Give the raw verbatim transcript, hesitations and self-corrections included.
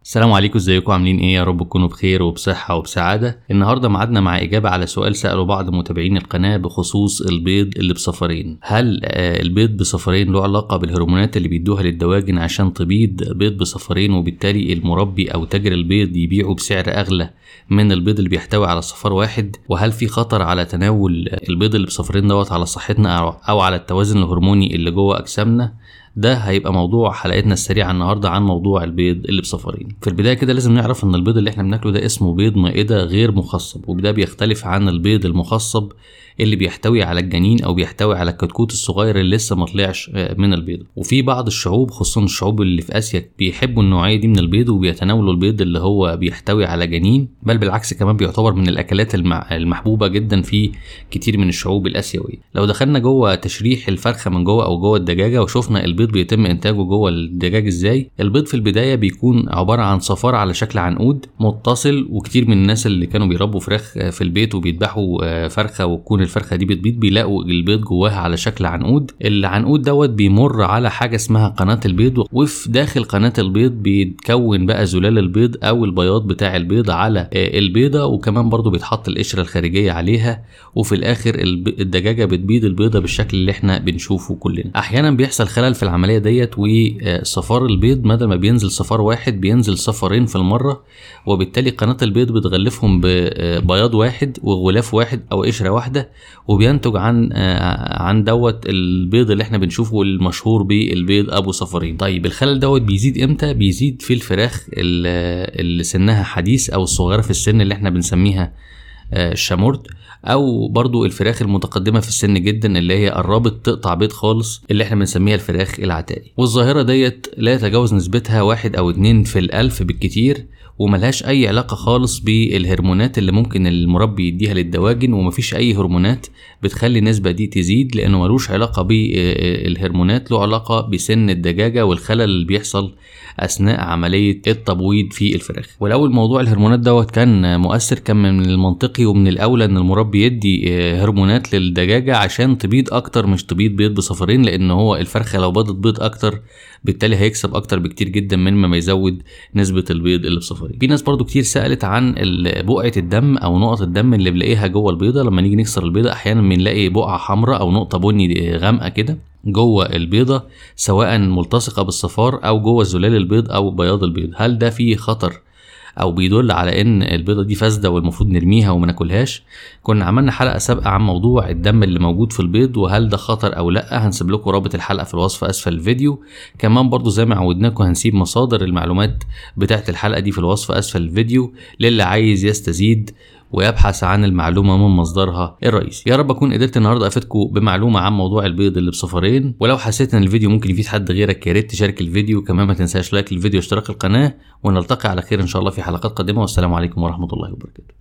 السلام عليكم، ازيكم؟ عاملين ايه؟ يا رب تكونوا بخير وبصحة وبسعادة. النهاردة معادنا مع اجابة على سؤال سأله بعض متابعين القناة بخصوص البيض اللي بصفرين. هل آه البيض بصفرين له علاقة بالهرمونات اللي بيدوها للدواجن عشان تبيض بيض بصفرين، وبالتالي المربي او تاجر البيض يبيعه بسعر اغلى من البيض اللي بيحتوي على صفار واحد؟ وهل في خطر على تناول البيض اللي بصفرين دوت على صحتنا او على التوازن الهرموني اللي جوه اجسامنا؟ ده هيبقى موضوع حلقتنا السريعة النهاردة عن موضوع البيض اللي بصفرين. في البداية كده لازم نعرف ان البيض اللي احنا بناكله ده اسمه بيض مائدة غير مخصب، وده بيختلف عن البيض المخصب اللي بيحتوي على الجنين او بيحتوي على الكتكوت الصغير اللي لسه ما طلعش من البيض. وفي بعض الشعوب خصوصا الشعوب اللي في اسيا بيحبوا النوعية دي من البيض وبيتناولوا البيض اللي هو بيحتوي على جنين، بل بالعكس كمان بيعتبر من الاكلات المحبوبة جدا في كتير من الشعوب الاسيوية. لو دخلنا جوه تشريح الفرخة من جوه او جوه الدجاجة وشوفنا البيض بيتم انتاجه جوه الدجاج ازاي، البيض في البداية بيكون عبارة عن صفار على شكل عنقود متصل. وكتير من الناس اللي كانوا بيربوا فراخ في البيت وبيذبحوا فرخة وتكون الفرخة دي بتبيض بيلاقوا البيض جواها على شكل عنقود. العنقود دوت بيمر على حاجة اسمها قناة البيض، وفي داخل قناة البيض بيتكون بقى زلال البيض او البياض بتاع البيض على البيضة، وكمان برضو بيتحط القشرة الخارجية عليها، وفي الاخر الدجاجة بتبيض البيضة بالشكل اللي احنا بنشوفه كلنا. احيانا بيحصل خلل في العملية ديت، وصفار البيض بدل ما بينزل صفار واحد بينزل صفارين في المرة، وبالتالي قناة البيض بتغلفهم ببياض واحد وغلاف واحد او قشرة واحدة، وبينتج عن عن دوت البيض اللي احنا بنشوفه المشهور بالبيض ابو صفارين. طيب الخلل دوت بيزيد امتى؟ بيزيد في الفراخ اللي سنها حديث او الصغيرة في السن اللي احنا بنسميها الشامورت، او برضو الفراخ المتقدمة في السن جدا اللي هي قربت تقطع بيض خالص اللي احنا بنسميها الفراخ العتاري. والظاهرة ديت لا يتجاوز نسبتها واحد او اتنين في الالف بالكتير، وملهاش اي علاقة خالص بالهرمونات اللي ممكن المربي يديها للدواجن، ومفيش اي هرمونات بتخلي النسبة دي تزيد، لانه ملوش علاقة بالهرمونات، له علاقة بسن الدجاجة والخلل اللي بيحصل اثناء عملية التبويض في الفراخ. ولو الموضوع الهرمونات دوت كان مؤثر، كان من المنطقي ومن الاولى ان المربي يدي هرمونات للدجاجة عشان تبيض اكتر مش تبيض بيض بصفرين، لان هو الفرخة لو بيضت بيض اكتر بالتالي هيكسب اكتر بكتير جدا من ما يزود نسبة البيض اللي بصفرين. في ناس برضو كتير سألت عن بقعة الدم او نقط الدم اللي بنلاقيها جوه البيضة. لما نيجي نكسر البيضة احيانا بنلاقي بقعة حمراء او نقطة بني غامقة كده جوه البيضة، سواء ملتصقة بالصفار او جوه زلال البيض او بياض البيض. هل ده فيه خطر او بيدل على ان البيضة دي فاسدة والمفروض نرميها وما ناكلهاش؟ كنا عملنا حلقة سابقة عن موضوع الدم اللي موجود في البيض وهل ده خطر او لا. هنسيب لكم رابط الحلقة في الوصف اسفل الفيديو. كمان برضو زي ما عودناكم هنسيب مصادر المعلومات بتاعت الحلقة دي في الوصف اسفل الفيديو للي عايز يستزيد ويبحث عن المعلومة من مصدرها الرئيسي. يا رب اكون قدرت النهارده افيدكم بمعلومة عن موضوع البيض اللي بصفرين، ولو حسيت ان الفيديو ممكن يفيد حد غيرك يا ريت تشارك الفيديو. كمان ما تنساش لايك الفيديو واشتراك القناة، ونلتقي على خير ان شاء الله في حلقات قادمة. والسلام عليكم ورحمة الله وبركاته.